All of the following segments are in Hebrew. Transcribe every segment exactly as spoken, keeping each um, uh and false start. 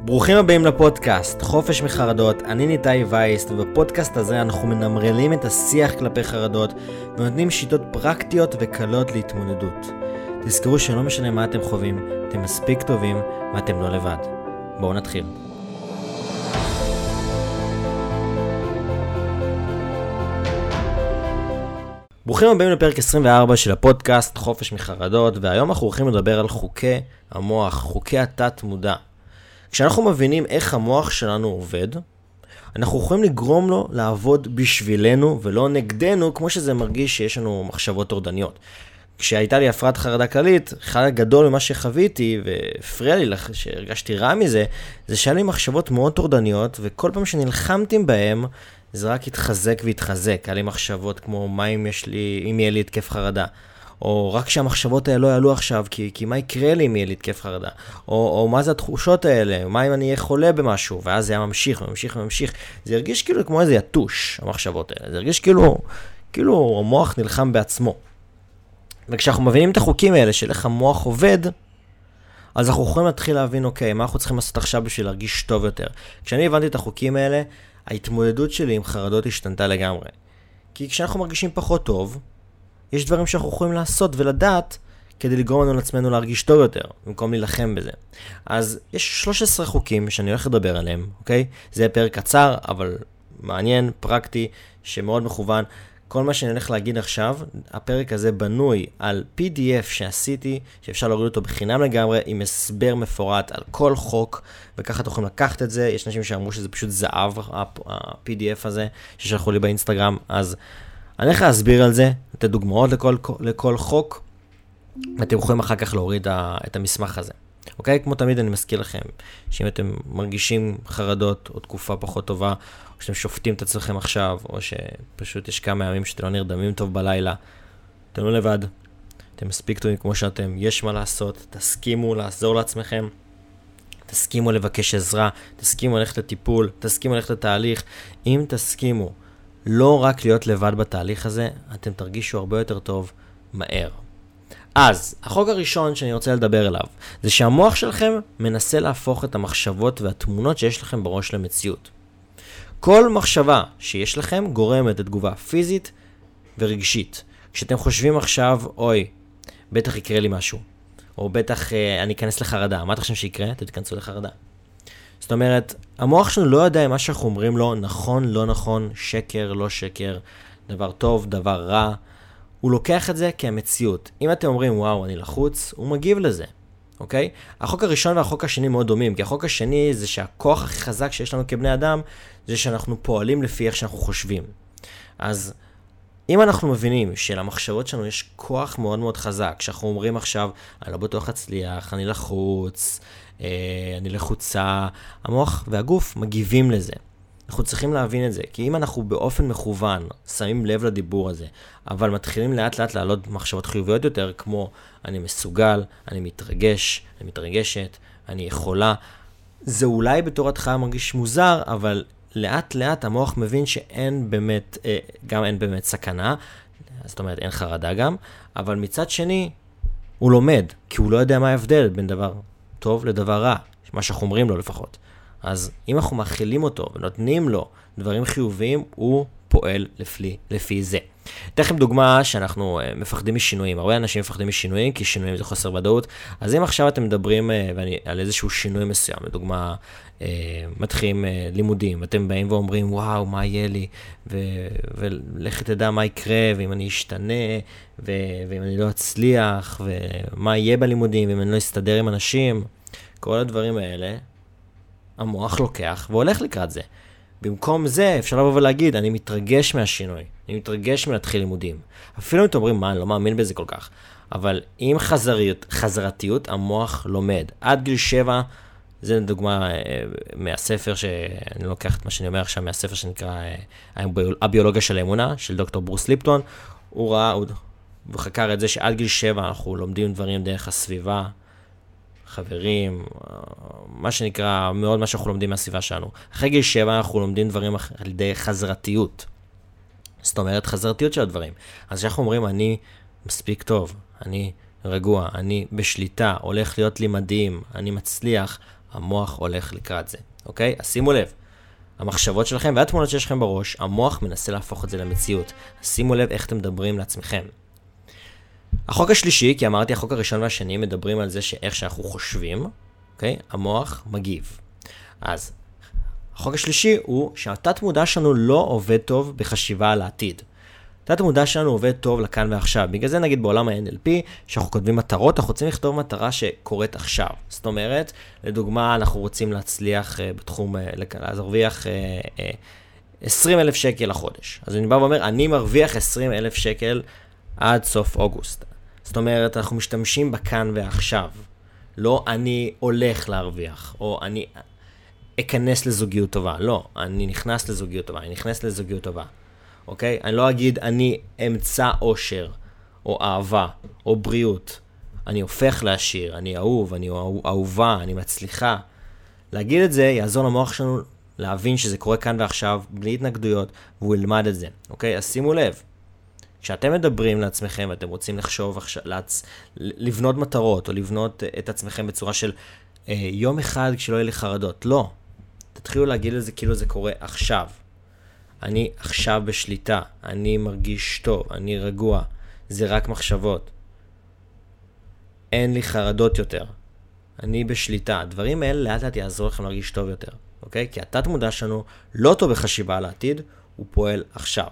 ברוכים הבאים לפודקאסט, חופש מחרדות, אני ניתאי וייסט, ובפודקאסט הזה אנחנו מנמרלים את השיח כלפי חרדות, ונותנים שיטות פרקטיות וקלות להתמודדות. תזכרו שלא משנה מה אתם חווים, אתם מספיק טובים ואתם לא לבד. בואו נתחיל. ברוכים הבאים לפרק עשרים וארבע של הפודקאסט חופש מחרדות, והיום אנחנו הולכים לדבר על חוקי המוח, חוקי התת מודע. כשאנחנו מבינים איך המוח שלנו עובד, אנחנו יכולים לגרום לו לעבוד בשבילנו ולא נגדנו, כמו שזה מרגיש שיש לנו מחשבות טורדניות. כשהייתה לי הפרעת חרדה כללית, חלק גדול ממה שחוויתי והפריע לי, שהרגשתי רע מזה, זה שהיה לי מחשבות מאוד טורדניות, וכל פעם שנלחמתי בהם, זה רק התחזק והתחזק. היה לי מחשבות כמו מה אם יש לי, אם יהיה לי התקף חרדה, או רק שהמחשבות האלה לא יעלו עכשיו, כי, כי מה יקרה לי אם יהיה לי התקף חרדה, או, או מה זה התחושות האלה, מה אם אני אהיה חולה במשהו, ואז זה היה ממשיך וממשיך וממשיך. זה הרגיש כאילו כמו איזה יתוש, המחשבות האלה. זה הרגיש כאילו, כאילו המוח נלחם בעצמו. וכשאנחנו מבינים את החוקים האלה של איך המוח עובד, אז אנחנו יכולים להתחיל להבין, אוקיי, מה אנחנו צריכים לעשות עכשיו בשביל להרגיש טוב יותר. כשאני הבנתי את החוקים האלה, ההתמודדות שלי עם חרדות השתנתה לגמרי. כי כשאנחנו מרגישים פחות טוב, יש דברים שאנחנו יכולים לעשות ולדעת כדי לגרום לנו לעצמנו להרגיש טוב יותר, במקום להילחם בזה. אז יש שלושה עשר חוקים שאני הולך לדבר עליהם, אוקיי? זה פרק קצר, אבל מעניין, פרקטי, שמאוד מכוון. כל מה שאני הולך להגיד עכשיו, הפרק הזה בנוי על פי די אף שעשיתי, שאפשר להוריד אותו בחינם לגמרי, עם הסבר מפורט על כל חוק, וככה אתם יכולים לקחת את זה. יש אנשים שאמרו שזה פשוט זהב, ה-פי די אף הזה, ששלחו לי באינסטגרם. אז אני הולך להסביר על זה, לתת דוגמאות לכל, לכל חוק, ואתם יכולים אחר כך להוריד את המסמך הזה. אוקיי? כמו תמיד אני מזכיר לכם, שאם אתם מרגישים חרדות או תקופה פחות טובה, או שאתם שופטים את עצמכם עכשיו, או שפשוט יש כמה ימים שאתם לא נרדמים טוב בלילה, אתם לא לבד, אתם מספיק טובים כמו שאתם, יש מה לעשות, תסכימו לעזור לעצמכם, תסכימו לבקש עזרה, תסכימו ללכת לטיפול, תסכימו ללכת לתהליך. אם תסכימו לא רק להיות לבד בתהליך הזה, אתם תרגישו הרבה יותר טוב מהר. אז, החוק הראשון שאני רוצה לדבר עליו, זה שהמוח שלכם מנסה להפוך את המחשבות והתמונות שיש לכם בראש למציאות. כל מחשבה שיש לכם גורמת לתגובה פיזית ורגשית. כשאתם חושבים עכשיו, אוי, בטח יקרה לי משהו, או בטח אה, אני אכנס לחרדה. מה אתה חושב שיקרה? אתם תיכנסו לחרדה. זאת אומרת, המוח שלנו לא יודע אם מה שאנחנו אומרים לו נכון, לא נכון, שקר, לא שקר, דבר טוב, דבר רע. הוא לוקח את זה כמציאות. אם אתם אומרים, וואו, אני לחוץ, הוא מגיב לזה, אוקיי? החוק הראשון והחוק השני מאוד דומים, כי החוק השני זה שהכוח הכי חזק שיש לנו כבני אדם, זה שאנחנו פועלים לפי איך שאנחנו חושבים. אז אם אנחנו מבינים שלמחשבות שלנו יש כוח מאוד מאוד חזק, שאנחנו אומרים עכשיו, אני לא בטוח אצליח, אני לחוץ, אני לחוצה, המוח והגוף מגיבים לזה. אנחנו צריכים להבין את זה, כי אם אנחנו באופן מכוון שמים לב לדיבור הזה, אבל מתחילים לאט לאט לעלות מחשבות חיוביות יותר, כמו אני מסוגל, אני מתרגש, אני מתרגשת, אני יכולה, זה אולי בתור התחלה מרגיש מוזר, אבל לאט לאט המוח מבין שאין באמת, גם אין באמת סכנה, זאת אומרת אין חרדה גם, אבל מצד שני הוא לומד, כי הוא לא יודע מה ההבדל בין דבר טוב לדבר רע, מה שאנחנו אומרים לו לפחות. אז אם אנחנו מאכילים אותו ונותנים לו דברים חיוביים, הוא פועל לפי, לפי זה. אתן לכם דוגמה שאנחנו מפחדים משינויים. הרבה אנשים מפחדים משינויים, כי שינויים זה חוסר ודאות. אז אם עכשיו אתם מדברים ואני, על איזשהו שינוי מסוים, לדוגמה, מתחילים לימודים, אתם באים ואומרים, וואו, מה יהיה לי? ו- ולכת תדע מה יקרה, ואם אני אשתנה, ו- ואם אני לא אצליח, ומה יהיה בלימודים, ואם אני לא אסתדר עם אנשים, כל הדברים האלה, המוח לוקח והולך לקראת זה. במקום זה אפשר לבוא ולהגיד, אני מתרגש מהשינוי, אני מתרגש מלהתחיל לימודים. אפילו אם אתם אומרים, מה, אני לא מאמין בזה כל כך. אבל עם חזריות, חזרתיות, המוח לומד. עד גיל שבע, זה דוגמה מהספר, שאני לוקח את מה שאני אומר עכשיו, מהספר שנקרא הביולוגיה של האמונה, של דוקטור ברוס ליפטון. הוא ראה, הוא חקר את זה שעד גיל שבע אנחנו לומדים דברים דרך הסביבה, חברים, מה שנקרא, מאוד מה שאנחנו לומדים מהסביבה שלנו. אחרי גיל שבע אנחנו לומדים דברים על ידי חזרתיות. זאת אומרת, חזרתיות של הדברים. אז שאנחנו אומרים, אני מספיק טוב, אני רגוע, אני בשליטה, הולך להיות לי מדהים, אני מצליח, המוח הולך לקראת זה, אוקיי? אז שימו לב, המחשבות שלכם והתמונות שיש לכם בראש, המוח מנסה להפוך את זה למציאות. אז שימו לב איך אתם מדברים לעצמכם. החוק השלישי, כי אמרתי, החוק הראשון והשני מדברים על זה שאיך שאנחנו חושבים, אוקיי? המוח מגיב. אז החוק השלישי הוא שהתת מודע שלנו לא עובד טוב בחשיבה על העתיד. התת מודע שלנו עובד טוב לכאן ועכשיו. בגלל זה נגיד בעולם ה-אן אל פי, שאנחנו כותבים מטרות, אנחנו רוצים לכתוב מטרה שקורית עכשיו. זאת אומרת, לדוגמה, אנחנו רוצים להצליח uh, בתחום, uh, להרוויח uh, uh, עשרים אלף שקל לחודש. אז אני בא ואומר, אני מרוויח עשרים אלף שקל עד סוף אוגוסט. זאת אומרת, אנחנו משתמשים בכאן ועכשיו. לא אני הולך להרוויח, או אני אכנס לזוגיות טובה. לא, אני נכנס לזוגיות טובה, אני נכנס לזוגיות טובה. אוקיי? אני לא אגיד, אני אמצא אושר, או אהבה, או בריאות. אני הופך לעשיר, אני אהוב, אני אהובה, אני מצליחה. להגיד את זה יעזור למוח שלנו להבין שזה קורה כאן ועכשיו, בלי התנגדויות, והוא ילמד את זה. אוקיי? אז שימו לב. כשאתם מדברים לעצמכם ואתם רוצים לחשוב, לעצ... לבנות מטרות או לבנות את עצמכם בצורה של אה, יום אחד כשלא יהיה לי חרדות. לא. תתחילו להגיד לזה כאילו זה קורה עכשיו. אני עכשיו בשליטה. אני מרגיש טוב. אני רגוע. זה רק מחשבות. אין לי חרדות יותר. אני בשליטה. הדברים האלה לאט לאט יעזור לכם להרגיש טוב יותר. אוקיי? כי התת מודע שלנו לא טוב בחשיבה על העתיד, הוא פועל עכשיו.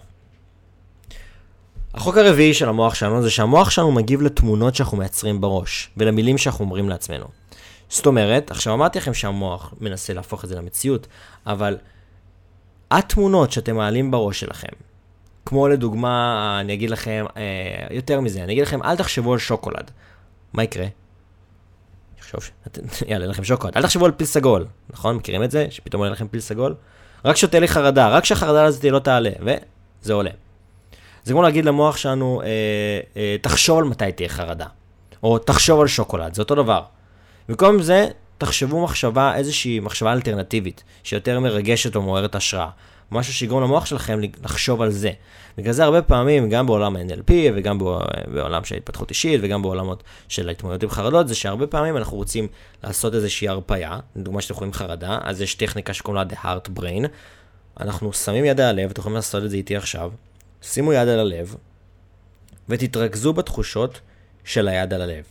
החוק הרביעי של המוח שלנו זה שהמוח שלנו מגיב לתמונות שאנחנו מייצרים בראש, ולמילים שאנחנו אומרים לעצמנו. זאת אומרת, עכשיו אמרתי לכם שהמוח מנסה להפוך את זה למציאות, אבל התמונות שאתם מעלים בראש שלכם, כמו לדוגמה, אני אגיד לכם, אה, יותר מזה, אני אגיד לכם, אל תחשבו על שוקולד. מה יקרה? יחשוב, יאללה, לכם שוקולד. אל תחשבו על פיל סגול, נכון? מכירים את זה? שפתאום עולה לכם פיל סגול? רק שותה לי חרדה, רק שהחרדה הזאת לא תעלה, וזה עולה. זה כמו להגיד למוח שלנו, אה, אה, תחשוב על מתי תהיה חרדה, או תחשוב על שוקולד, זה אותו דבר. במקום זה, תחשבו מחשבה, איזושהי מחשבה אלטרנטיבית, שיותר מרגשת או מעוררת השראה. משהו שיגרום למוח שלכם לחשוב על זה. בגלל זה הרבה פעמים, גם בעולם ה-אן אל פי, וגם בעולם של התפתחות אישית, וגם בעולמות של ההתמודדות עם חרדות, זה שהרבה פעמים אנחנו רוצים לעשות איזושהי הרפאיה, לדוגמה שאתם יכולים חרדה, אז יש טכניקה שקוראים לה The Heart Brain. אנחנו שמים יד על הלב, אתם יכולים לעשות את זה איתי עכשיו. שימו יד על הלב, ותתרכזו בתחושות של היד על הלב.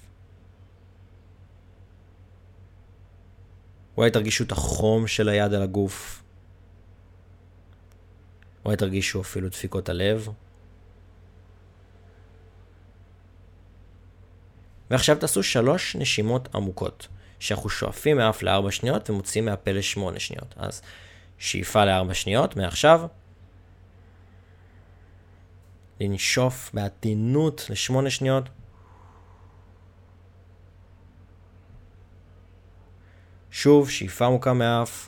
אולי תרגישו את החום של היד על הגוף. אולי תרגישו אפילו דפיקות הלב. ועכשיו תעשו שלוש נשימות עמוקות, שאנחנו שואפים מאף לארבע שניות ומוציאים מהפה לשמונה שניות. אז שאיפה לארבע שניות, מעכשיו. לנשוף בעדינות לשמונה שניות. שוב, שאיפה עמוקה מאף.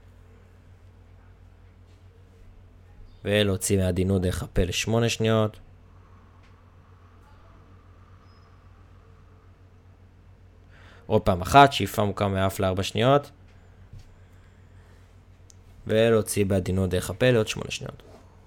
ולהוציא מעדינות דרך הפה לשמונה שניות. עוד פעם אחת, שאיפה עמוקה מאף לארבע שניות. ולהוציא בעדינות דרך הפה לעוד שמונה שניות.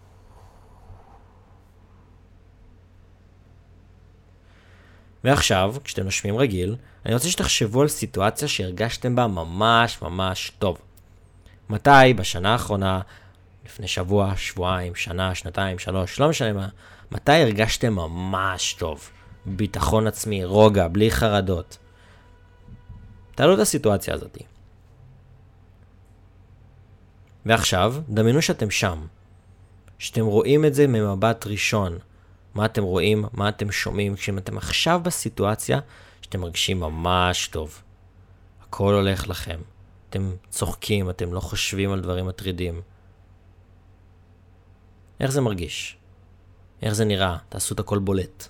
ועכשיו, כשאתם נושמים רגיל, אני רוצה שתחשבו על סיטואציה שהרגשתם בה ממש ממש טוב. מתי? בשנה האחרונה, לפני שבוע, שבועיים, שנה, שנתיים, שלוש, לא משנה מה. מתי הרגשתם ממש טוב? ביטחון עצמי, רוגע, בלי חרדות. תעלו את הסיטואציה הזאת. ועכשיו, דמיינו שאתם שם. שאתם רואים את זה ממבט ראשון. מה אתם רואים, מה אתם שומעים, כשאתם עכשיו בסיטואציה שאתם מרגישים ממש טוב. הכל הולך לכם. אתם צוחקים, אתם לא חושבים על דברים מטרידים. איך זה מרגיש? איך זה נראה? תעשו את הכל בולט.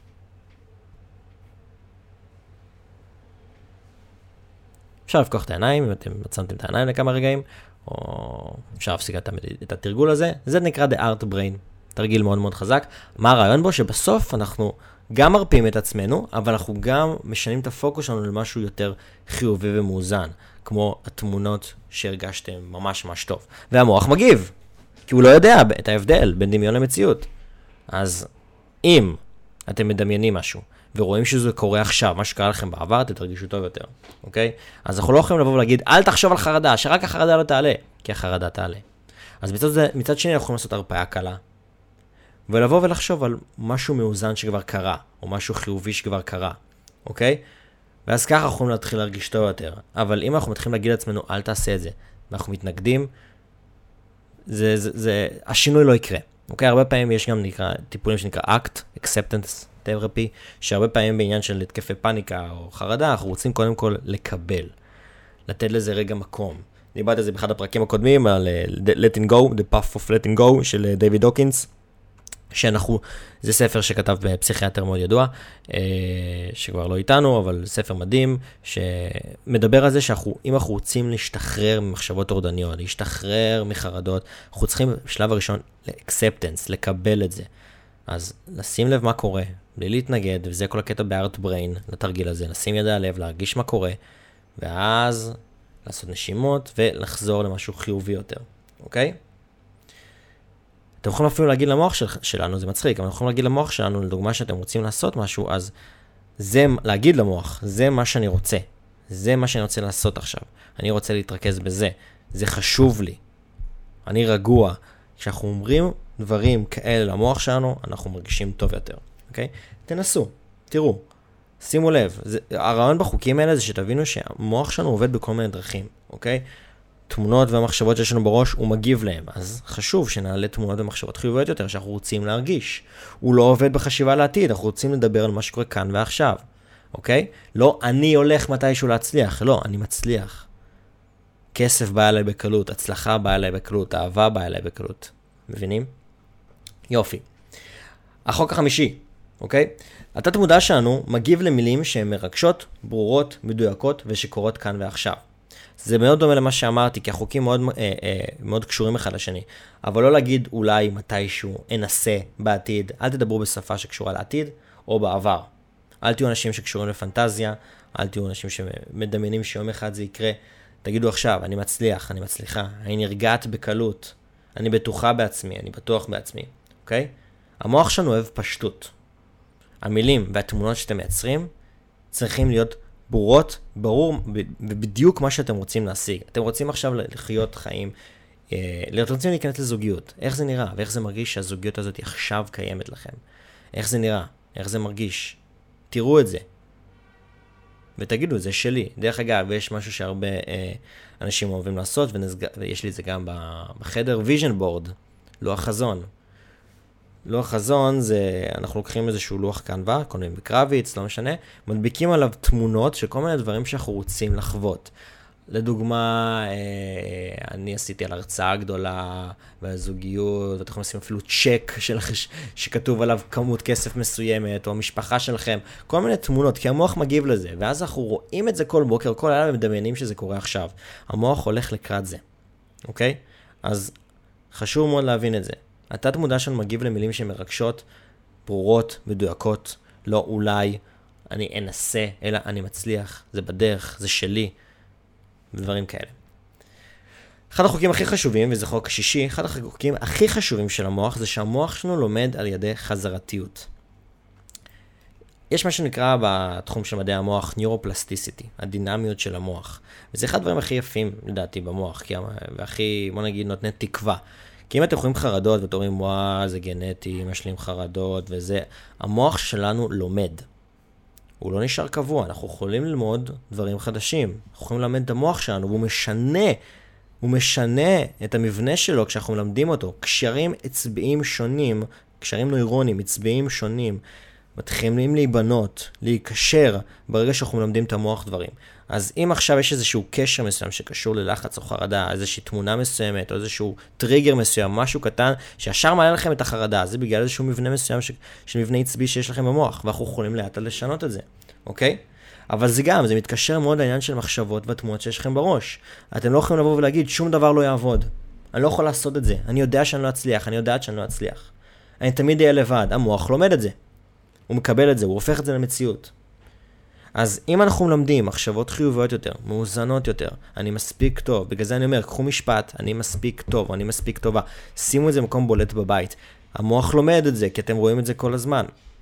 אפשר לפקוח את העיניים, אם אתם מצמתם את העיניים לכמה רגעים, או אפשר להפסיק את התרגול הזה. זה נקרא The Heart Brain. תרגיל מאוד מאוד חזק. מה הרעיון בו? שבסוף אנחנו גם מרפים את עצמנו, אבל אנחנו גם משנים את הפוקוס שלנו למשהו יותר חיובי ומאוזן, כמו התמונות שהרגשתם ממש ממש טוב. והמוח מגיב, כי הוא לא יודע את ההבדל בין דמיון למציאות. אז אם אתם מדמיינים משהו, ורואים שזה קורה עכשיו, מה שקרה לכם בעבר, אתם תרגישו טוב יותר, אוקיי? אז אנחנו לא יכולים לבוא ולהגיד, אל תחשוב על חרדה, שרק החרדה לא תעלה, כי החרדה תעלה. אז מצד, זה, מצד שני אנחנו יכולים לעשות הרפאיה קלה, ולבוא ולחשוב על משהו מאוזן שכבר קרה, או משהו חיובי שכבר קרה, אוקיי? ואז ככה אנחנו יכולים להתחיל להרגיש טוב יותר. אבל אם אנחנו מתחילים להגיד לעצמנו, אל תעשה את זה, ואנחנו מתנגדים, זה, זה, זה, השינוי לא יקרה. אוקיי? הרבה פעמים יש גם נקרא, טיפולים שנקרא אקט, acceptance therapy, שהרבה פעמים בעניין של התקפי פאניקה או חרדה, אנחנו רוצים קודם כל לקבל, לתת לזה רגע מקום. דיברתי על זה באחד הפרקים הקודמים, על letting go, the path of letting go של דיוויד הוקינס, שאנחנו, זה ספר שכתב בפסיכיאטר מאוד ידוע, שכבר לא איתנו, אבל ספר מדהים, שמדבר על זה שאנחנו, אם אנחנו רוצים להשתחרר ממחשבות טורדניות, להשתחרר מחרדות, אנחנו צריכים בשלב הראשון ל-acceptance, לקבל את זה. אז לשים לב מה קורה, בלי להתנגד, וזה כל הקטע ב-Art Brain, לתרגיל הזה, לשים יד על הלב, להרגיש מה קורה, ואז לעשות נשימות ולחזור למשהו חיובי יותר, אוקיי? אתם יכולים אפילו להגיד למוח של, שלנו, זה מצחיק, אבל אנחנו יכולים להגיד למוח שלנו, לדוגמה שאתם רוצים לעשות משהו, אז זה, להגיד למוח, זה מה שאני רוצה. זה מה שאני רוצה לעשות עכשיו. אני רוצה להתרכז בזה. זה חשוב לי. אני רגוע. כשאנחנו אומרים דברים כאלה למוח שלנו, אנחנו מרגישים טוב יותר. אוקיי? תנסו. תראו. שימו לב. זה, הרעיון בחוקים האלה זה שתבינו שהמוח שלנו עובד בכל מיני דרכים. אוקיי? תמונות והמחשבות שיש לנו בראש, הוא מגיב להם. אז חשוב שנעלה תמונות ומחשבות חיוביות יותר, שאנחנו רוצים להרגיש. הוא לא עובד בחשיבה לעתיד, אנחנו רוצים לדבר על מה שקורה כאן ועכשיו. אוקיי? לא, אני הולך מתישהו להצליח. לא, אני מצליח. כסף בא אליי בקלות, הצלחה בא אליי בקלות, אהבה בא אליי בקלות. מבינים? יופי. החוק החמישי, אוקיי? התת מודע שלנו מגיב למילים שהן מרגשות, ברורות, מדויקות ושקורות כאן ועכשיו. זה מאוד דומה למה שאמרתי, כי החוקים מאוד, אה, אה, מאוד קשורים אחד לשני. אבל לא להגיד אולי מתישהו, אנסה בעתיד. אל תדברו בשפה שקשורה לעתיד או בעבר. אל תהיו אנשים שקשורים לפנטזיה, אל תהיו אנשים שמדמיינים שיום אחד זה יקרה. תגידו עכשיו, אני מצליח, אני מצליחה, אני נרגעת בקלות, אני בטוחה בעצמי, אני בטוח בעצמי, אוקיי? המוח שלנו אוהב פשטות. המילים והתמונות שאתם מייצרים צריכים להיות ברורות, ברור, ובדיוק מה שאתם רוצים להשיג. אתם רוצים עכשיו לחיות חיים, אתם רוצים להיכנס לזוגיות. איך זה נראה? ואיך זה מרגיש שהזוגיות הזאת עכשיו קיימת לכם? איך זה נראה? איך זה מרגיש? תראו את זה. ותגידו, זה שלי. דרך אגב, יש משהו שהרבה אה, אנשים אוהבים לעשות, ונסג... ויש לי את זה גם בחדר, vision board, לוח חזון. לוח חזון זה, אנחנו לוקחים איזשהו לוח קנווה, קונים בקרביץ, לא משנה, מדביקים עליו תמונות של כל מיני דברים שאנחנו רוצים לחוות. לדוגמה, אה, אני עשיתי על הרצאה גדולה והזוגיות, ואתם יכולים לשים אפילו צ'ק של, שכתוב עליו כמות כסף מסוימת, או המשפחה שלכם, כל מיני תמונות, כי המוח מגיב לזה, ואז אנחנו רואים את זה כל בוקר, כל לילה ומדמיינים שזה קורה עכשיו. המוח הולך לקראת זה, אוקיי? אז חשוב מאוד להבין את זה. התת מודע שלנו מגיב למילים שמרגשות, ברורות, מדויקות, לא אולי, אני אנסה, אלא אני מצליח, זה בדרך, זה שלי, ודברים כאלה. אחד החוקים הכי חשובים, וזה חוק השישי, אחד החוקים הכי חשובים של המוח, זה שהמוח שלנו לומד על ידי חזרתיות. יש מה שנקרא בתחום של מדעי המוח, Neuroplasticity, הדינמיות של המוח. וזה אחד הדברים הכי יפים, לדעתי, במוח, כי, והכי, בוא נגיד, נותני תקווה. כי אם אתם יכולים חרדות ואתם אומרים, וואה, זה גנטי, משלים חרדות וזה, המוח שלנו לומד. הוא לא נשאר קבוע, אנחנו יכולים ללמוד דברים חדשים. אנחנו יכולים ללמד את המוח שלנו, והוא משנה, הוא משנה את המבנה שלו כשאנחנו מלמדים אותו. קשרים עצביים שונים, קשרים נוירונים, עצביים שונים, מתחילים להיבנות, להיקשר, ברגע שאנחנו מלמדים את המוח דברים. אז אם עכשיו יש איזשהו קשר מסוים שקשור ללחץ או חרדה, איזושהי תמונה מסוימת, או איזשהו טריגר מסוים, משהו קטן, שישר מעלה לכם את החרדה, זה בגלל איזשהו מבנה מסוים, ש... של מבנה עצבי שיש לכם במוח, ואנחנו יכולים לאט לשנות את זה, אוקיי? אבל זה גם, זה מתקשר מאוד לעניין של מחשבות והתמונות שיש לכם בראש. אתם לא יכולים לבוא ולהגיד, שום דבר לא יעבוד. אני לא יכול לעשות את זה. אני יודע שאני לא אצליח, אני יודעת שאני לא אצליח. אני תמיד אהיה לבד. המוח לומד את זה. הוא מקבל את זה, הוא הופך את זה למציאות. אז אם אנחנו מלמדים מחשבות חיוביות יותר, מאוזנות יותר, אני מספיק טוב, בגלל זה אני אומר, קחו משפט, אני מספיק טוב, אני מספיק טובה, שימו את זה במקום בולט בבית. המוח לומד את זה, כי אתם רואים את זה כל הזמן.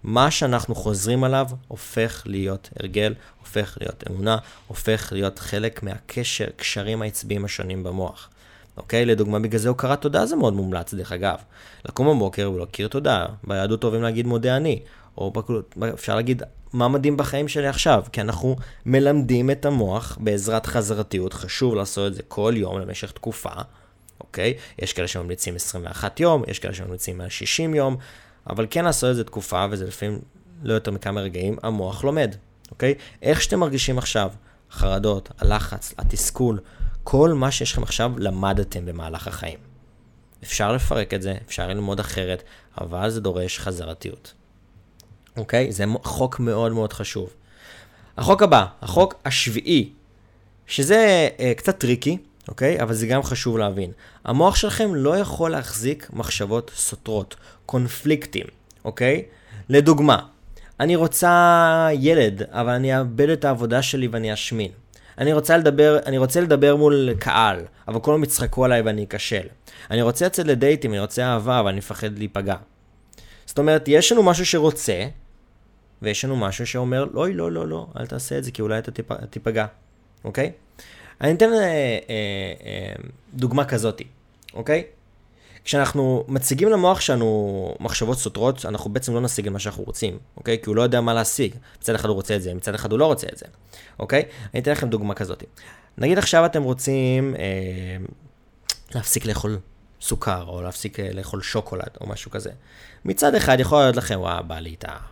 מה שאנחנו חוזרים עליו הופך להיות הרגל, הופך להיות אמונה, הופך להיות חלק מהקשר, קשרים העצביים השונים במוח. אוקיי? לדוגמה, בגלל זה הוקרת תודה זה מאוד מומלץ, דרך אגב. לקום בבוקר ולהכיר תודה. ביהדות אוהבים להגיד מודה אני, או אפשר להגיד מה מדהים בחיים שלי עכשיו, כי אנחנו מלמדים את המוח בעזרת חזרתיות, חשוב לעשות את זה כל יום למשך תקופה, אוקיי? יש כאלה שממליצים עשרים ואחד יום, יש כאלה שממליצים מעל שישים יום, אבל כן לעשות את זה תקופה, וזה לפעמים לא יותר מכמה רגעים, המוח לומד, אוקיי? איך שאתם מרגישים עכשיו, החרדות, הלחץ, התסכול, כל מה שיש לכם עכשיו למדתם במהלך החיים. אפשר לפרק את זה, אפשר ללמוד אחרת, אבל זה דורש חזרתיות. אוקיי? זה חוק מאוד מאוד חשוב. החוק הבא, החוק השביעי, שזה אה, קצת טריקי, אוקיי? אבל זה גם חשוב להבין. המוח שלכם לא יכול להחזיק מחשבות סותרות, קונפליקטים, אוקיי? לדוגמה, אני רוצה ילד, אבל אני אאבד את העבודה שלי ואני אשמין. אני רוצה לדבר, אני רוצה לדבר מול קהל, אבל כולם יצחקו עליי ואני אכשל. אני רוצה לצאת לדייטים, אני רוצה אהבה, אבל אני מפחד להיפגע. זאת אומרת, יש לנו משהו שרוצה, ויש לנו משהו שאומר, לא, לא, לא, לא, אל תעשה את זה, כי אולי אתה תיפגע. אוקיי? אני אתן אה, אה, אה, דוגמה כזאת, אוקיי? כשאנחנו מציגים למוח שלנו מחשבות סותרות, אנחנו בעצם לא נשיג את מה שאנחנו רוצים, אוקיי? כי הוא לא יודע מה להשיג. מצד אחד הוא רוצה את זה, מצד אחד הוא לא רוצה את זה, אוקיי? אני אתן לכם דוגמה כזאת. נגיד עכשיו אתם רוצים אה, להפסיק לאכול סוכר, או להפסיק לאכול שוקולד, או משהו כזה. מצד אחד יכול להיות לכם, וואה, בא לי את ה...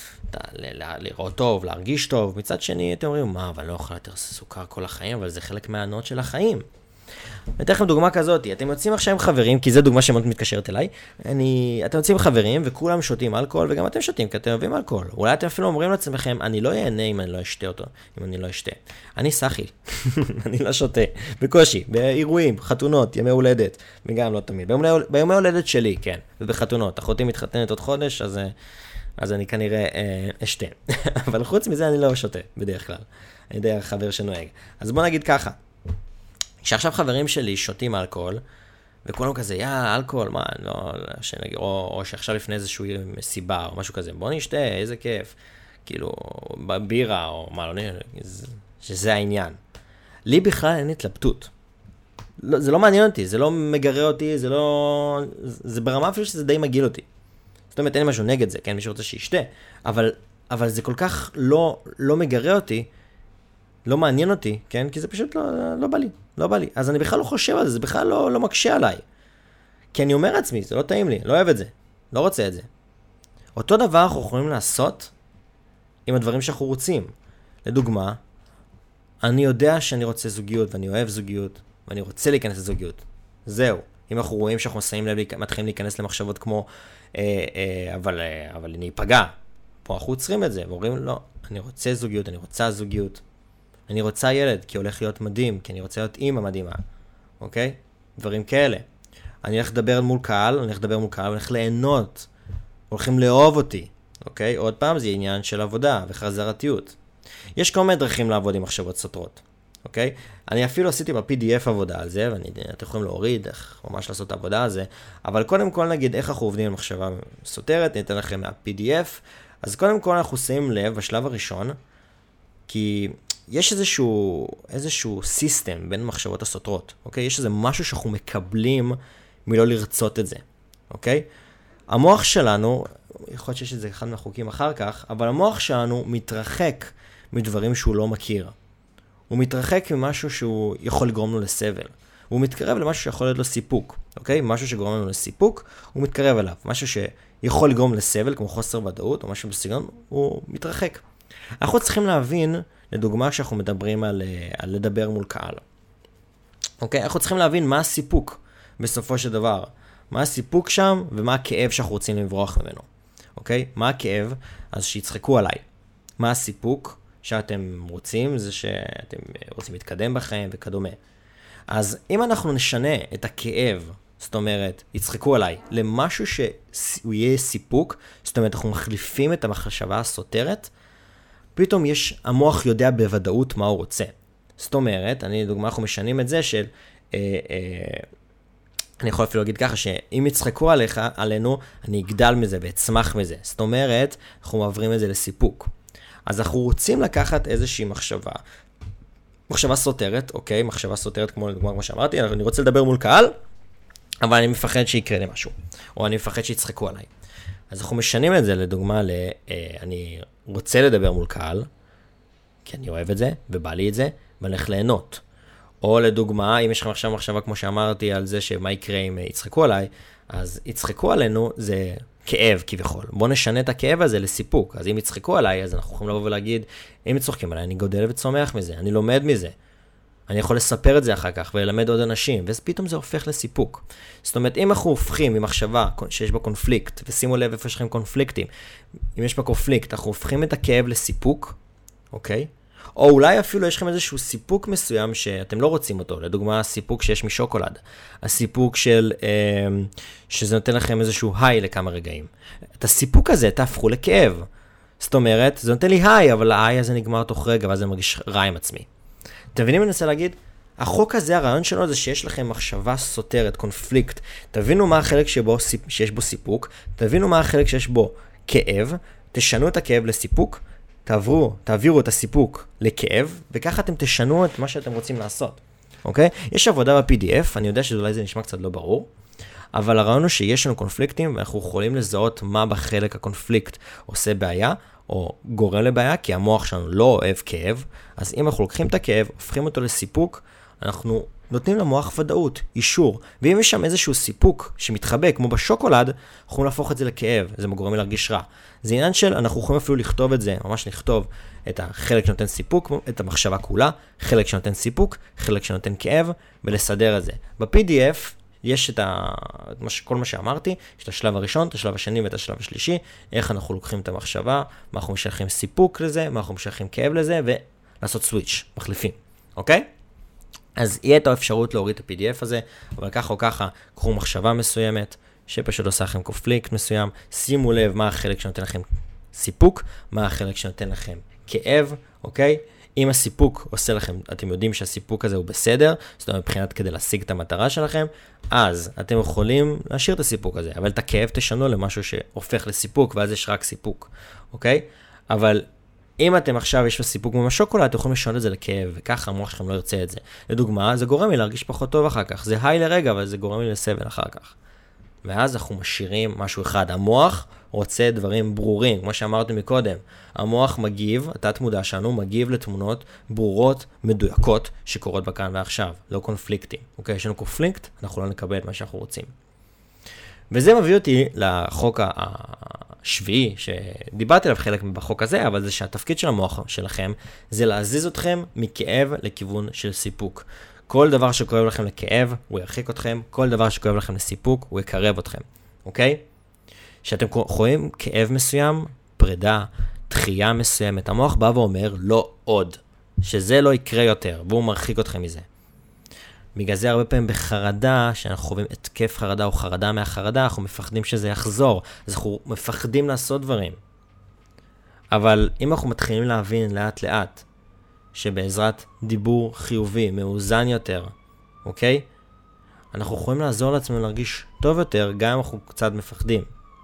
לראות טוב, להרגיש טוב. מצד שני, אתם אומרים, מה, אבל לא אוכל יותר סוכר כל החיים, אבל זה חלק מהענות של החיים. אתן לכם דוגמה כזאת, אתם יוצאים עכשיו עם חברים, כי זו דוגמה שמאוד מתקשרת אליי, אני, אתם יוצאים עם חברים וכולם שותים אלכוהול, וגם אתם שותים, כי אתם אוהבים אלכוהול. אולי אתם אפילו אומרים לעצמכם, אני לא אהנה אם אני לא אשתה אותו, אם אני לא אשתה. אני סחי, אני לא שותה, בקושי, באירועים, חתונות, ימי הולדת, וגם לא תמיד. ביומי הולדת שלי, כן, ובחתונות. אחותי מתחתנת עוד חודש, אז, אז אני כנראה אה, אשתה. אבל חוץ מזה אני לא שותה, בדרך כלל. אני די חבר שנוהג. אז בוא נגיד ככה. שעכשיו חברים שלי שותים אלכוהול, וכולם כזה, יא, אלכוהול, מה, לא, שנגיד, או, או שעכשיו לפני איזשהו מסיבה, או משהו כזה, בוא נשתה, איזה כיף, כאילו, בירה, או מה, לא נראה, שזה העניין. לי בכלל אין התלבטות. לא, זה לא מעניין אותי, זה לא מגרה אותי, זה לא, זה ברמה אפילו שזה די מגיל אותי. זאת אומרת, אין לי משהו נגד זה, כן, מי שרוצה שישתה, אבל, אבל זה כל כך לא, לא מגרה אותי, לא מעניין אותי, כן, כי זה פשוט לא, לא בא לי. לא בא לי. אז אני בכלל לא חושב על זה, זה בכלל לא, לא מקשה עליי. כי אני אומר לעצמי, זה לא טעים לי, לא אוהב את זה, לא רוצה את זה. אותו דבר אנחנו יכולים לעשות עם הדברים שאנחנו רוצים. לדוגמה, אני יודע שאני רוצה זוגיות, ואני אוהב זוגיות, ואני רוצה להיכנס לזוגיות. זהו. אם אנחנו רואים שאנחנו לב, מתחילים להיכנס למחשבות כמו, אה, אה, אבל, אה, אבל אני אפגע. פה אנחנו עוצרים את זה, ואומרים, לא, אני רוצה זוגיות, אני רוצה זוגיות. אני רוצה ילד, כי הולך להיות מדהים, כי אני רוצה להיות אימא מדהימה, אוקיי? דברים כאלה. אני הולך לדבר מול קהל, אני הולך לדבר מול קהל, אני הולך ליהנות, הולכים לאהוב אותי, אוקיי? עוד פעם, זה עניין של עבודה וחזרתיות. יש כל מיני דרכים לעבוד עם מחשבות סותרות, אוקיי? אני אפילו עשיתי ב-פי די אף עבודה על זה, ואתם יכולים להוריד, איך ממש לעשות את העבודה על זה, אבל קודם כל נגיד איך אנחנו עובדים עם מחשבה סותרת, אני אתן לכם מה-פי די אף, אז קודם כל אנחנו שמים לב בשלב הראשון, כי יש איזשהו, איזשהו סיסטם בין מחשבות הסותרות, אוקיי? יש איזה משהו שאנחנו מקבלים מלא לרצות את זה, אוקיי? המוח שלנו, יכול להיות שיש את זה אחד מהחוקים אחר כך, אבל המוח שלנו מתרחק מדברים שהוא לא מכיר. הוא מתרחק ממשהו שהוא יכול לגרום לו לסבל. הוא מתקרב למשהו שיכול להיות לו סיפוק, אוקיי? משהו שגורם לנו לסיפוק, הוא מתקרב אליו. משהו שיכול לגרום לסבל, כמו חוסר ודאות או משהו בסגנון, הוא מתרחק. אנחנו צריכים להבין, לדוגמה, כשאנחנו מדברים על, על לדבר מול קהל. אוקיי? אנחנו צריכים להבין מה הסיפוק בסופו של דבר. מה הסיפוק שם ומה הכאב שאנחנו רוצים לברוח ממנו. אוקיי? מה הכאב? אז שיצחקו עליי. מה הסיפוק שאתם רוצים? זה שאתם רוצים להתקדם בחיים וכדומה. אז אם אנחנו נשנה את הכאב, זאת אומרת, יצחקו עליי, למשהו שהוא יהיה סיפוק, זאת אומרת, אנחנו מחליפים את המחשבה הסותרת, פתאום יש, המוח יודע בוודאות מה הוא רוצה. זאת אומרת, אני, לדוגמה, אנחנו משנים את זה של, אה, אה, אני יכול אפילו להגיד ככה, שאם יצחקו עליך, עלינו, אני אגדל מזה ואצמח מזה. זאת אומרת, אנחנו מעברים את זה לסיפוק. אז אנחנו רוצים לקחת איזושהי מחשבה, מחשבה סותרת, אוקיי? מחשבה סותרת כמו לדוגמה, כמו שאמרתי, אני רוצה לדבר מול קהל, אבל אני מפחד שיקרה לי משהו, או אני מפחד שיצחקו עליי. אז אנחנו משנים את זה לדוגמה ל, אה, אני רוצה לדבר מול קהל, כי אני אוהב את זה, ובא לי את זה, ואני הולך ליהנות. או לדוגמה, אם יש לכם עכשיו מחשבה, כמו שאמרתי, על זה שמה יקרה אם יצחקו עליי, אז יצחקו עלינו זה כאב כביכול. בואו נשנה את הכאב הזה לסיפוק. אז אם יצחקו עליי, אז אנחנו יכולים לבוא ולהגיד, אם יצחקים עליי, אני גודל וצומח מזה, אני לומד מזה. אני יכול לספר את זה אחר כך וללמד עוד אנשים, ופתאום זה הופך לסיפוק. זאת אומרת, אם אנחנו הופכים ממחשבה שיש בה קונפליקט, ושימו לב איפה יש לכם קונפליקטים, אם יש בה קונפליקט, אנחנו הופכים את הכאב לסיפוק, אוקיי? או אולי אפילו יש לכם איזשהו סיפוק מסוים שאתם לא רוצים אותו, לדוגמה הסיפוק שיש משוקולד, הסיפוק של, אה, שזה נותן לכם איזשהו היי לכמה רגעים. את הסיפוק הזה תהפכו לכאב. זאת אומרת, זה נותן לי היי, אבל ההיי הזה נגמר תוך רגע, ואז אני מרגיש רע עם עצמי. אתם מבינים, אני מנסה להגיד, החוק הזה, הרעיון שלו זה שיש לכם מחשבה סותרת, קונפליקט. תבינו מה החלק שבו, שיש בו סיפוק, תבינו מה החלק שיש בו כאב, תשנו את הכאב לסיפוק, תעברו, תעבירו את הסיפוק לכאב, וככה אתם תשנו את מה שאתם רוצים לעשות. אוקיי? יש עבודה ב-פי די אף, אני יודע שאולי זה נשמע קצת לא ברור, אבל הרעיון הוא שיש לנו קונפליקטים, ואנחנו יכולים לזהות מה בחלק הקונפליקט עושה בעיה, או גורם לבעיה, כי המוח שלנו לא אוהב כאב, אז אם אנחנו לוקחים את הכאב, הופכים אותו לסיפוק, אנחנו נותנים למוח ודאות, אישור, ואם יש שם איזשהו סיפוק שמתחבא, כמו בשוקולד, אנחנו יכולים להפוך את זה לכאב, זה גורם לי להרגיש רע. זה עניין של, אנחנו יכולים אפילו לכתוב את זה, ממש לכתוב את החלק שנותן סיפוק, את המחשבה כולה, חלק שנותן סיפוק, חלק שנותן כאב, ולסדר את זה. ב-פי די אף, יש את ה... כל מה שאמרתי, יש את השלב הראשון, את השלב השני ואת השלב השלישי, איך אנחנו לוקחים את המחשבה, מה אנחנו משייכים סיפוק לזה, מה אנחנו משייכים כאב לזה, ולעשות סוויץ', מחליפים, אוקיי? אז יהיה את האפשרות להוריד את ה-פי די אף הזה, אבל ככה או ככה, קחו מחשבה מסוימת, שפשוט עושה לכם קונפליקט מסוים, שימו לב מה החלק שנותן לכם סיפוק, מה החלק שנותן לכם כאב, אוקיי? אם הסיפוק עושה לכם, אתם יודעים שהסיפוק הזה הוא בסדר, זאת אומרת, מבחינת כדי להשיג את המטרה שלכם, אז אתם יכולים להשאיר את הסיפוק הזה, אבל את הכאב תשנו למשהו שהופך לסיפוק, ואז יש רק סיפוק, אוקיי? אבל אם אתם עכשיו יש סיפוק מהשוקולד, אתם יכולים לשנות את זה לכאב, וככה המוח שלכם לא ירצה את זה. לדוגמה, זה גורם לי להרגיש פחות טוב אחר כך, זה היי לרגע, אבל זה גורם לי לסבל אחר כך. ואז אנחנו משאירים משהו אחד. המוח רוצה דברים ברורים, כמו שאמרתי מקודם. המוח מגיב, התת מודע שלנו, מגיב לתמונות ברורות, מדויקות, שקורות בכאן ועכשיו, לא קונפליקטים. אוקיי, יש לנו קונפליקט, אנחנו לא נקבל את מה שאנחנו רוצים. וזה מביא אותי לחוק השביעי, שדיברתי עליו חלק בחוק הזה, אבל זה שהתפקיד של המוח שלכם, זה להזיז אתכם מכאב לכיוון של סיפוק. כל דבר שכואב לכם לכאב, הוא ירחיק אתכם, כל דבר שכואב לכם לסיפוק, הוא יקרב אתכם, אוקיי? שאתם רואים כאב מסוים, פרידה, דחייה מסוימת, המוח בא ואומר, לא עוד, שזה לא יקרה יותר, והוא מרחיק אתכם מזה. בגלל זה הרבה פעמים בחרדה, שאנחנו חווים התקף חרדה או חרדה מהחרדה, אנחנו מפחדים שזה יחזור, אז אנחנו מפחדים לעשות דברים. אבל אם אנחנו מתחילים להבין לאט לאט, שבעזרת דיבור חיובי, מאוזן יותר, אוקיי? אנחנו יכולים לעזור לעצמנו להרגיש טוב יותר, גם אם אנחנו קצת מפחדים.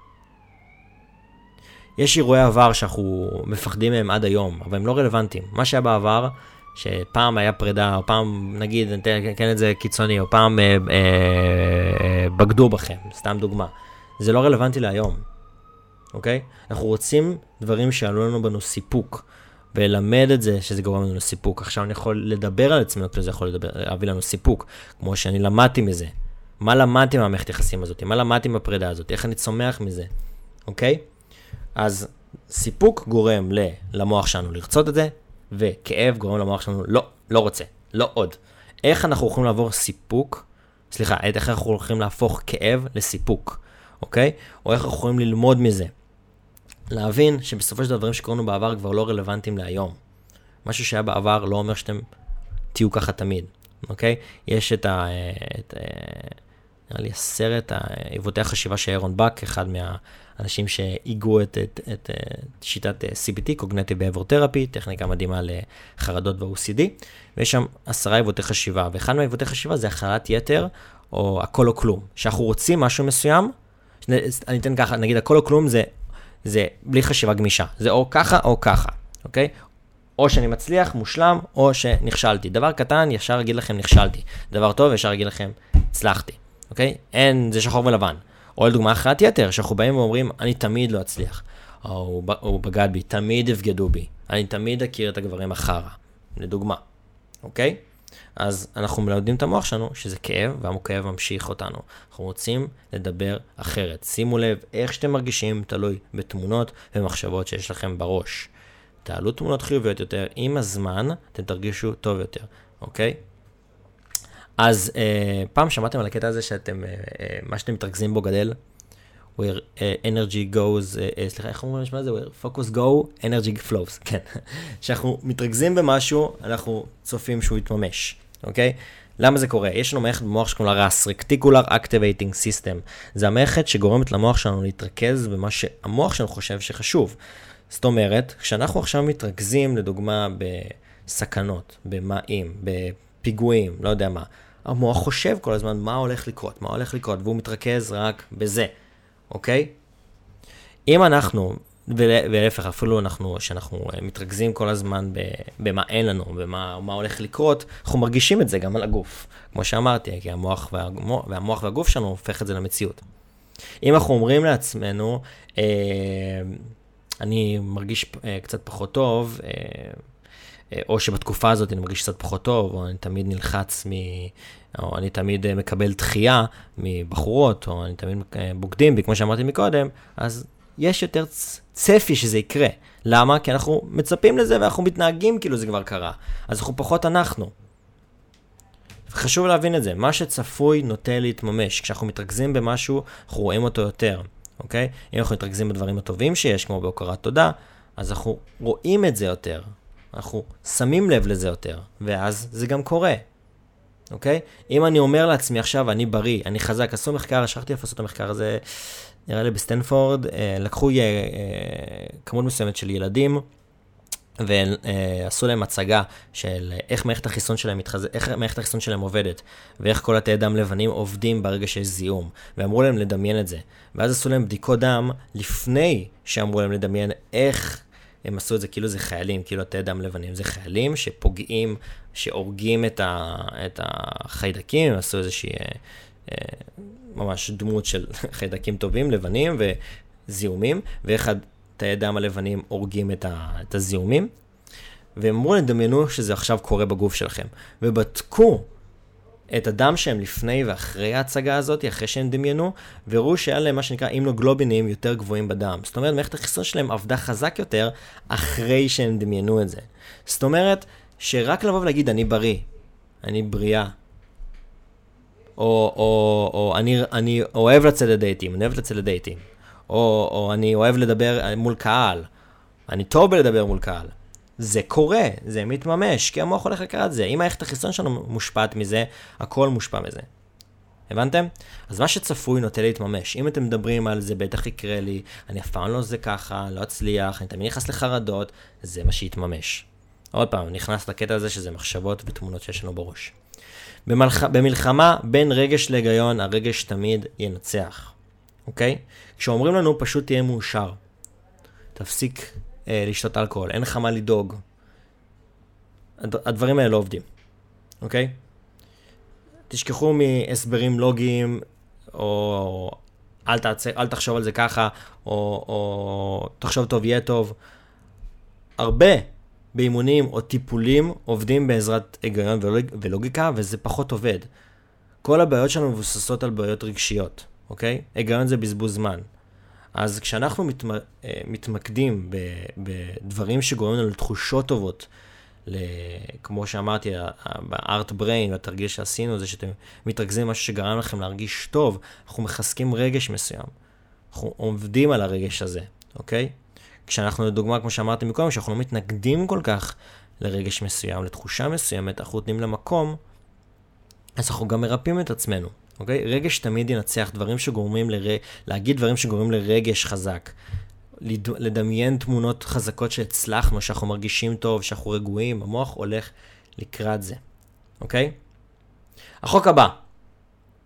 יש אירועי עבר שאנחנו מפחדים מהם עד היום, אבל הם לא רלוונטיים. מה שהיה בעבר, שפעם היה פרידה, או פעם, נגיד, כן את זה קיצוני, או פעם אה, אה, בגדו בכם, סתם דוגמה. זה לא רלוונטי להיום, אוקיי? אנחנו רוצים דברים שעלו לנו בנו סיפוק, ולמד את זה שזה גורם לנו סיפוק. עכשיו אני יכול לדבר על עצמנו, כי זה יכול לדבר, להביא לנו סיפוק, כמו שאני למדתי מזה. מה למדתי מהמערכת יחסים הזאת? מה למדתי מהפרידה הזאת? איך אני צומח מזה? אוקיי? אז סיפוק גורם למוח שלנו לרצות את זה, וכאב גורם למוח שלנו לא, לא רוצה, לא עוד. איך אנחנו יכולים לעבור סיפוק, סליחה, איך אנחנו יכולים להפוך כאב לסיפוק, אוקיי? או איך אנחנו יכולים ללמוד מזה? להבין שבסופו של דבר דברים שקורנו בעבר כבר לא רלוונטיים להיום. משהו שהיה בעבר לא אומר שאתם תהיו ככה תמיד, אוקיי? יש את ה... את, נראה לי הסרט, עיוותי החשיבה של אירון בק, אחד מהאנשים שהיגעו את, את, את, את שיטת סי בי טי, Cognitive Behavioral Therapy, טכניקה מדהימה לחרדות ו-או סי די, ויש שם עשרה עיוותי חשיבה, ואחד מהעיוותי חשיבה זה הכלת יתר, או הכל או כלום. שאנחנו רוצים משהו מסוים, אני אתן ככה, נגיד הכל או כלום זה, זה בלי חשיבה גמישה. זה או ככה או ככה, אוקיי? או שאני מצליח, מושלם, או שנכשלתי. דבר קטן, ישר אגיד לכם נכשלתי. דבר טוב, ישר אגיד לכם הצלחתי, אוקיי? אין, זה שחור ולבן. או לדוגמה אחת יתר, שאנחנו באים ואומרים, אני תמיד לא אצליח. או הוא בגד בי, תמיד יבגדו בי. אני תמיד אכיר את הגברים אחרה. לדוגמה, אוקיי? אז אנחנו מלמדים את המוח שלנו שזה כאב, והכאב ממשיך אותנו. אנחנו רוצים לדבר אחרת. שימו לב איך שאתם מרגישים, תלוי בתמונות ומחשבות שיש לכם בראש. תעלו תמונות חיוביות יותר, עם הזמן אתם תרגישו טוב יותר, אוקיי? אז אה, פעם שמעתם על הקטע הזה שאתם, אה, אה, מה שאתם מתרכזים בו גדל? where uh, energy goes, uh, uh, סליחה, איך אומרים לשמוע את זה? where focus go, energy flows, כן. שאנחנו מתרכזים במשהו, אנחנו צופים שהוא יתממש, אוקיי? למה זה קורה? יש לנו מערכת במוח שקוראים לה רס, Reticular Activating System. זה המערכת שגורמת למוח שלנו להתרכז במה שהמוח שלנו חושב שחשוב. זאת אומרת, כשאנחנו עכשיו מתרכזים, לדוגמה, בסכנות, במים, בפיגועים, לא יודע מה, המוח חושב כל הזמן מה הולך לקרות, מה הולך לקרות, והוא מתרכז רק בזה. אוקיי? אם אנחנו, ולהפך, אפילו אנחנו, שאנחנו מתרכזים כל הזמן במה אין לנו, במה מה הולך לקרות, אנחנו מרגישים את זה גם על הגוף. כמו שאמרתי, כי המוח והגוף, והמוח והגוף שלנו הופך את זה למציאות. אם אנחנו אומרים לעצמנו, אה, אני מרגיש אה, קצת פחות טוב, אה, אה, או שבתקופה הזאת אני מרגיש קצת פחות טוב, או אני תמיד נלחץ מ... או אני תמיד מקבל דחייה מבחורות, או אני תמיד בוגדים בי, כמו שאמרתי מקודם, אז יש יותר צפי שזה יקרה. למה? כי אנחנו מצפים לזה ואנחנו מתנהגים כאילו זה כבר קרה. אז אנחנו פחות אנחנו. חשוב להבין את זה. מה שצפוי נוטה להתממש. כשאנחנו מתרכזים במשהו, אנחנו רואים אותו יותר. אוקיי? אם אנחנו מתרכזים בדברים הטובים שיש, כמו בהוקרת תודה, אז אנחנו רואים את זה יותר. אנחנו שמים לב לזה יותר. ואז זה גם קורה. אוקיי? אם אני אומר לעצמי עכשיו, אני בריא, אני חזק, עשו מחקר, שכחתי איפה עשו את המחקר הזה, נראה לי בסטנפורד, לקחו כמות מסוימת של ילדים, ועשו להם הצגה של איך מערכת החיסון שלהם מתחזק, איך מערכת החיסון שלהם עובדת, ואיך כל התאי דם לבנים עובדים ברגע שיש זיהום, ואמרו להם לדמיין את זה. ואז עשו להם בדיקות דם לפני שאמרו להם לדמיין איך הם עשו את זה, כאילו זה חיילים, כאילו התאי דם לבנים, זה חיילים שפוגעים, שהורגים את, ה, את החיידקים, הם עשו איזושהי אה, ממש דמות של חיידקים טובים, לבנים וזיהומים, ואיך התאי דם הלבנים הורגים את, ה, את הזיהומים, והם אמרו לדמיינו שזה עכשיו קורה בגוף שלכם, ובדקו את הדם שהם לפני ואחרי ההצגה הזאת, אחרי שהם דמיינו, וראו שהיה להם מה שנקרא אימונוגלובינים יותר גבוהים בדם. זאת אומרת, מערכת החיסון שלהם עבדה חזק יותר אחרי שהם דמיינו את זה. זאת אומרת, שרק לבוא ולהגיד, אני בריא, אני בריאה, או, או, או אני, אני אוהב לצאת לדייטים, אני אוהב לצאת לדייטים, או, או אני אוהב לדבר מול קהל, אני טוב בלדבר מול קהל. זה קורה, זה מתממש, כי המוח הולך לקראת זה. אם מערכת החיסון שלנו מושפעת מזה, הכל מושפע מזה. הבנתם? אז מה שצפוי נוטה להתממש. אם אתם מדברים על זה, בטח יקרה לי, אני אף פעם לא זה ככה, לא אצליח, אני תמיד נכנס לחרדות, זה מה שיתממש. עוד פעם, נכנס לקטע הזה שזה מחשבות ותמונות שיש לנו בראש. במלח... במלחמה בין רגש להיגיון, הרגש תמיד ינצח. אוקיי? כשאומרים לנו פשוט תהיה מאושר. תפסיק אה, לשתות אלכוהול, אין לך מה לדאוג. הד... הדברים האלה לא עובדים. אוקיי? תשכחו מהסברים לוגיים, או אל, תעצ... אל תחשוב על זה ככה, או, או תחשוב טוב, יהיה טוב. הרבה באימונים או טיפולים עובדים בעזרת היגיון ולוג... ולוגיקה, וזה פחות עובד. כל הבעיות שלנו מבוססות על בעיות רגשיות, אוקיי? היגיון זה בזבוז זמן. אז כשאנחנו מת... מתמקדים ב... בדברים שגורמים לנו לתחושות טובות, כמו שאמרתי, בארט בריין, והתרגיל שעשינו, זה שאתם מתרכזים משהו שגרם לכם להרגיש טוב, אנחנו מחזקים רגש מסוים. אנחנו עובדים על הרגש הזה, אוקיי? כשאנחנו, לדוגמה, כמו שאמרתי מקודם, שאנחנו לא מתנגדים כל כך לרגש מסוים, לתחושה מסוימת, אנחנו נותנים למקום, אז אנחנו גם מרפאים את עצמנו, אוקיי? רגש תמיד ינצח דברים שגורמים לר... להגיד דברים שגורמים לרגש חזק. לדמיין תמונות חזקות שהצלחנו, שאנחנו מרגישים טוב, שאנחנו רגועים, המוח הולך לקראת זה. אוקיי? החוק הבא.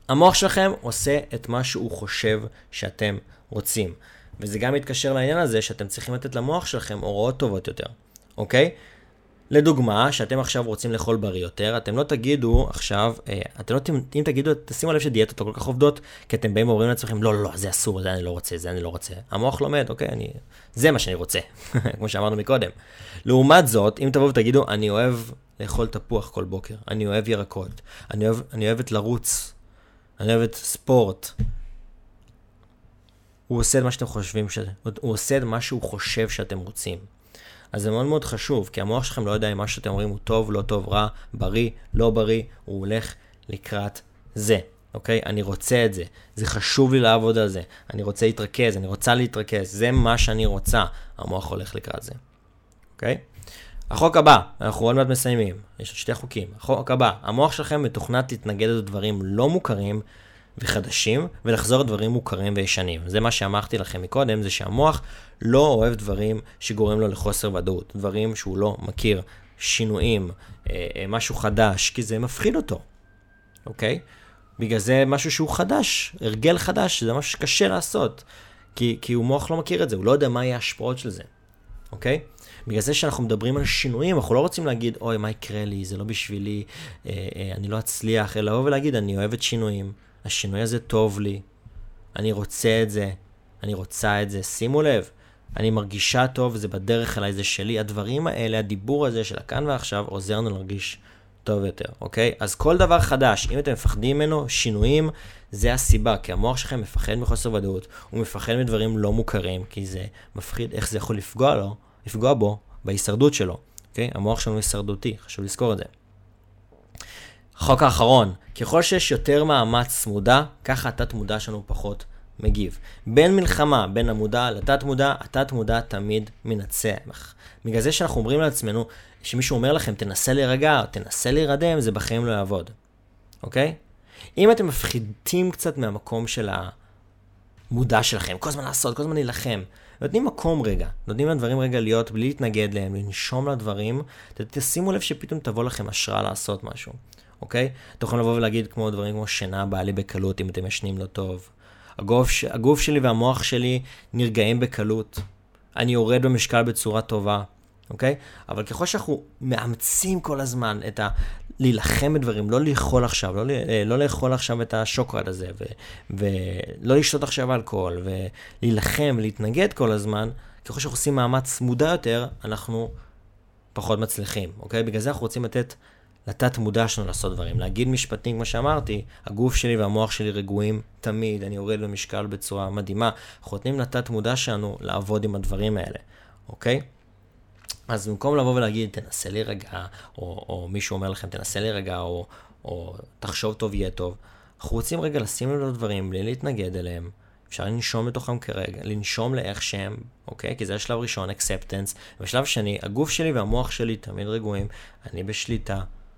המוח שלכם עושה את מה שהוא חושב שאתם רוצים. וזה גם מתקשר לעניין הזה שאתם צריכים לתת למוח שלכם הוראות טובות יותר. אוקיי? לדוגמה, שאתם עכשיו רוצים לאכול בריא יותר, אתם לא תגידו עכשיו, אתם לא, אם תגידו, תשימו לב שדיאטות לא כל כך עובדות, כי אתם באים ואומרים לעצמכם, לא, לא, זה אסור, זה אני לא רוצה, זה אני לא רוצה. המוח לומד, אוקיי, אני, זה מה שאני רוצה, כמו שאמרנו מקודם. לעומת זאת, אם תבואו ותגידו, אני אוהב לאכול תפוח כל בוקר, אני אוהב ירקות, אני אוהב, אני אוהבת לרוץ, אני אוהבת ספורט. הוא עושה את מה שאתם חושבים, ש... הוא עושה את מה שהוא חושב שאתם רוצים. אז זה מאוד מאוד חשוב, כי המוח שלכם לא יודע אם מה שאתם אומרים הוא טוב, לא טוב, רע, בריא, לא בריא, הוא הולך לקראת זה, אוקיי? אני רוצה את זה, זה חשוב לי לעבוד על זה, אני רוצה להתרכז, אני רוצה להתרכז, זה מה שאני רוצה, המוח הולך לקראת זה, אוקיי? החוק הבא, אנחנו עוד מעט מסיימים, יש עוד שתי חוקים, החוק הבא, המוח שלכם מתוכנת להתנגד לדברים לא מוכרים וחדשים, ולחזור לדברים מוכרים וישנים. זה מה שאמרתי לכם מקודם, זה שהמוח לא אוהב דברים שגורם לו לחוסר ודאות, דברים שהוא לא מכיר, שינויים, משהו חדש, כי זה מפחיד אותו, אוקיי? בגלל זה משהו שהוא חדש, הרגל חדש, זה משהו שקשה לעשות, כי, כי הוא מוח לא מכיר את זה, הוא לא יודע מה יהיה ההשפעות של זה, אוקיי? בגלל זה שאנחנו מדברים על שינויים, אנחנו לא רוצים להגיד, אוי, מה יקרה לי, זה לא בשבילי, אני לא אצליח, אלא לבוא ולהגיד, אני אוהב את שינויים, השינוי הזה טוב לי, אני רוצה את זה, אני רוצה את זה, שימו לב, אני מרגישה טוב, זה בדרך אליי, זה שלי, הדברים האלה, הדיבור הזה של הכאן ועכשיו, עוזר לנו להרגיש טוב יותר, אוקיי? אז כל דבר חדש, אם אתם מפחדים ממנו, שינויים, זה הסיבה, כי המוח שלכם מפחד מחוסר ודאות, הוא מפחד מדברים לא מוכרים, כי זה מפחיד איך זה יכול לפגוע לו, לפגוע בו, בהישרדות שלו, אוקיי? המוח שלנו הישרדותי, חשוב לזכור את זה. החוק האחרון, ככל שיש יותר מאמץ מודע, ככה התת מודע שלנו פחות מגיב. בין מלחמה, בין המודע לתת מודע, התת מודע תמיד מנצח. בגלל זה שאנחנו אומרים לעצמנו, שמישהו אומר לכם, תנסה להירגע, תנסה להירדם, זה בחיים לא יעבוד. אוקיי? אם אתם מפחידים קצת מהמקום של המודע שלכם, כל הזמן לעשות, כל הזמן להילחם, נותנים מקום רגע, נותנים לדברים רגע להיות, בלי להתנגד להם, לנשום לדברים, תשימו לב שפתאום תבוא לכם השראה לעשות משהו. אוקיי? אתם יכולים לבוא ולהגיד כמו דברים כמו שינה באה לי בקלות אם אתם ישנים לא טוב. הגוף, הגוף שלי והמוח שלי נרגעים בקלות. אני יורד במשקל בצורה טובה. אוקיי? אבל ככל שאנחנו מאמצים כל הזמן את ה... להילחם בדברים, לא לאכול עכשיו, לא, לא לאכול עכשיו את השוקולד הזה, ו, ולא לשתות עכשיו אלכוהול, ולהילחם, להתנגד כל הזמן, ככל שאנחנו עושים מאמץ מודע יותר, אנחנו פחות מצליחים. אוקיי? בגלל זה אנחנו רוצים לתת לתת מודע שלנו לעשות דברים. להגיד משפטים, כמו שאמרתי, הגוף שלי והמוח שלי רגועים תמיד, אני יורד במשקל בצורה מדהימה. אנחנו נותנים לתת מודע שלנו לעבוד עם הדברים האלה, אוקיי? אז במקום לבוא ולהגיד, תנסה להירגע, או, או מישהו אומר לכם, תנסה להירגע, או, או תחשוב טוב, יהיה טוב, אנחנו רוצים רגע לשים לב לדברים, בלי להתנגד אליהם. אפשר לנשום לתוכם כרגע, לנשום לאיך שהם, אוקיי? כי זה השלב ראשון, acceptance. ובשלב שני, הגוף שלי והמוח שלי תמיד רגועים, אני בשליטה.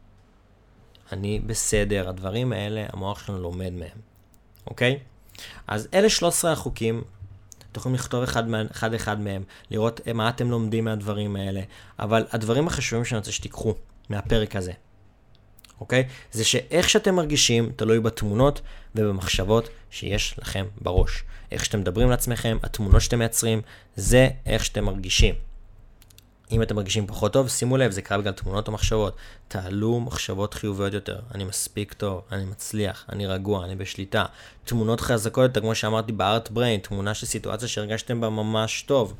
אני בסדר, הדברים האלה, המוח שלנו לומד מהם, אוקיי? אז אלה שלושה עשר החוקים, אתם יכולים לכתוב אחד, אחד אחד מהם, לראות מה אתם לומדים מהדברים האלה, אבל הדברים החשובים שאני רוצה שתיקחו מהפרק הזה, אוקיי? זה שאיך שאתם מרגישים תלוי בתמונות ובמחשבות שיש לכם בראש. איך שאתם מדברים לעצמכם, התמונות שאתם מייצרים, זה איך שאתם מרגישים. אם אתם מרגישים פחות טוב, שימו לב, זה קרה בגלל תמונות או מחשבות. תעלו מחשבות חיוביות יותר. אני מספיק טוב, אני מצליח, אני רגוע, אני בשליטה. תמונות חזקות יותר, כמו שאמרתי בארט בריין, תמונה של סיטואציה שהרגשתם בה ממש טוב.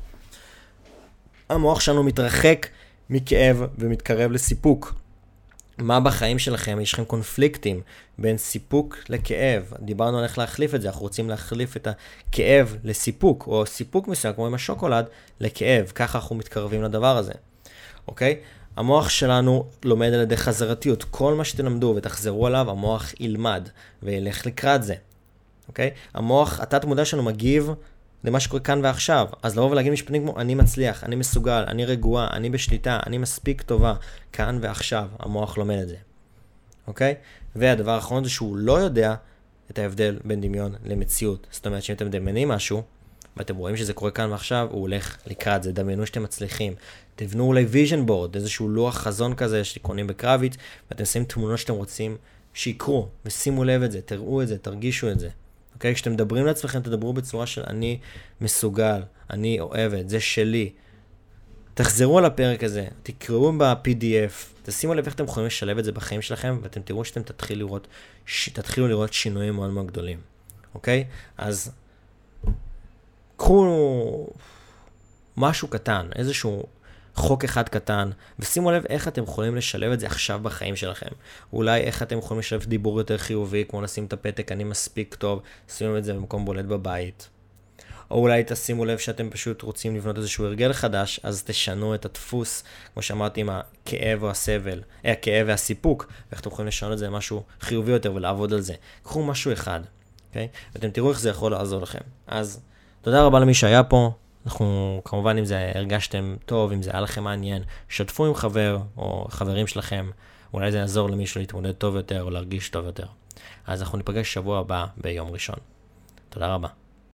המוח שלנו מתרחק מכאב ומתקרב לסיפוק. מה בחיים שלכם? יש לכם קונפליקטים בין סיפוק לכאב. דיברנו על איך להחליף את זה. אנחנו רוצים להחליף את הכאב לסיפוק, או סיפוק מסוים, כמו עם השוקולד, לכאב. ככה אנחנו מתקרבים לדבר הזה. אוקיי? המוח שלנו לומד על ידי חזרתיות. כל מה שתלמדו ותחזרו עליו, המוח ילמד וילך לקראת זה. אוקיי? המוח, התת מודע שלנו מגיב למה שקורה כאן ועכשיו. אז לבוא ולהגיד משפטים כמו, אני מצליח, אני מסוגל, אני רגועה, אני בשליטה, אני מספיק טובה, כאן ועכשיו. המוח לומד את זה. אוקיי? והדבר האחרון זה שהוא לא יודע את ההבדל בין דמיון למציאות. זאת אומרת, שאם אתם מדמיינים משהו, ואתם רואים שזה קורה כאן ועכשיו, הוא הולך לקראת זה. דמיינו שאתם מצליחים. תבנו אולי vision board, איזשהו לוח חזון כזה שקונים בקרביץ, ואתם שמים תמונות שאתם רוצים שיקרו, ושימו לב את זה, תראו את זה, תרגישו את זה. אוקיי? כשאתם מדברים לעצמכם, תדברו בצורה של אני מסוגל, אני אוהבת, זה שלי. תחזרו על הפרק הזה, תקראו ב-פי די אף, תשימו לב איך אתם יכולים לשלב את זה בחיים שלכם, ואתם תראו שאתם תתחילו לראות, ש... תתחילו לראות שינויים מאוד מאוד גדולים. אוקיי? אז קחו משהו קטן, איזשהו חוק אחד קטן, ושימו לב איך אתם יכולים לשלב את זה עכשיו בחיים שלכם. אולי איך אתם יכולים לשלב דיבור יותר חיובי, כמו לשים את הפתק, אני מספיק טוב, שימו את זה במקום בולט בבית. או אולי תשימו לב שאתם פשוט רוצים לבנות איזשהו הרגל חדש, אז תשנו את הדפוס, כמו שאמרתי, עם הכאב או הסבל, אה, הכאב והסיפוק, ואיך אתם יכולים לשנות את זה למשהו חיובי יותר ולעבוד על זה. קחו משהו אחד, אוקיי? ואתם תראו איך זה יכול לעזור לכם. אז תודה רבה למי שהיה פה. אנחנו, כמובן, אם זה הרגשתם טוב, אם זה היה לכם מעניין, שתפו עם חבר או חברים שלכם, אולי זה יעזור למישהו להתמודד טוב יותר או להרגיש טוב יותר. אז אנחנו ניפגש שבוע הבא ביום ראשון. תודה רבה.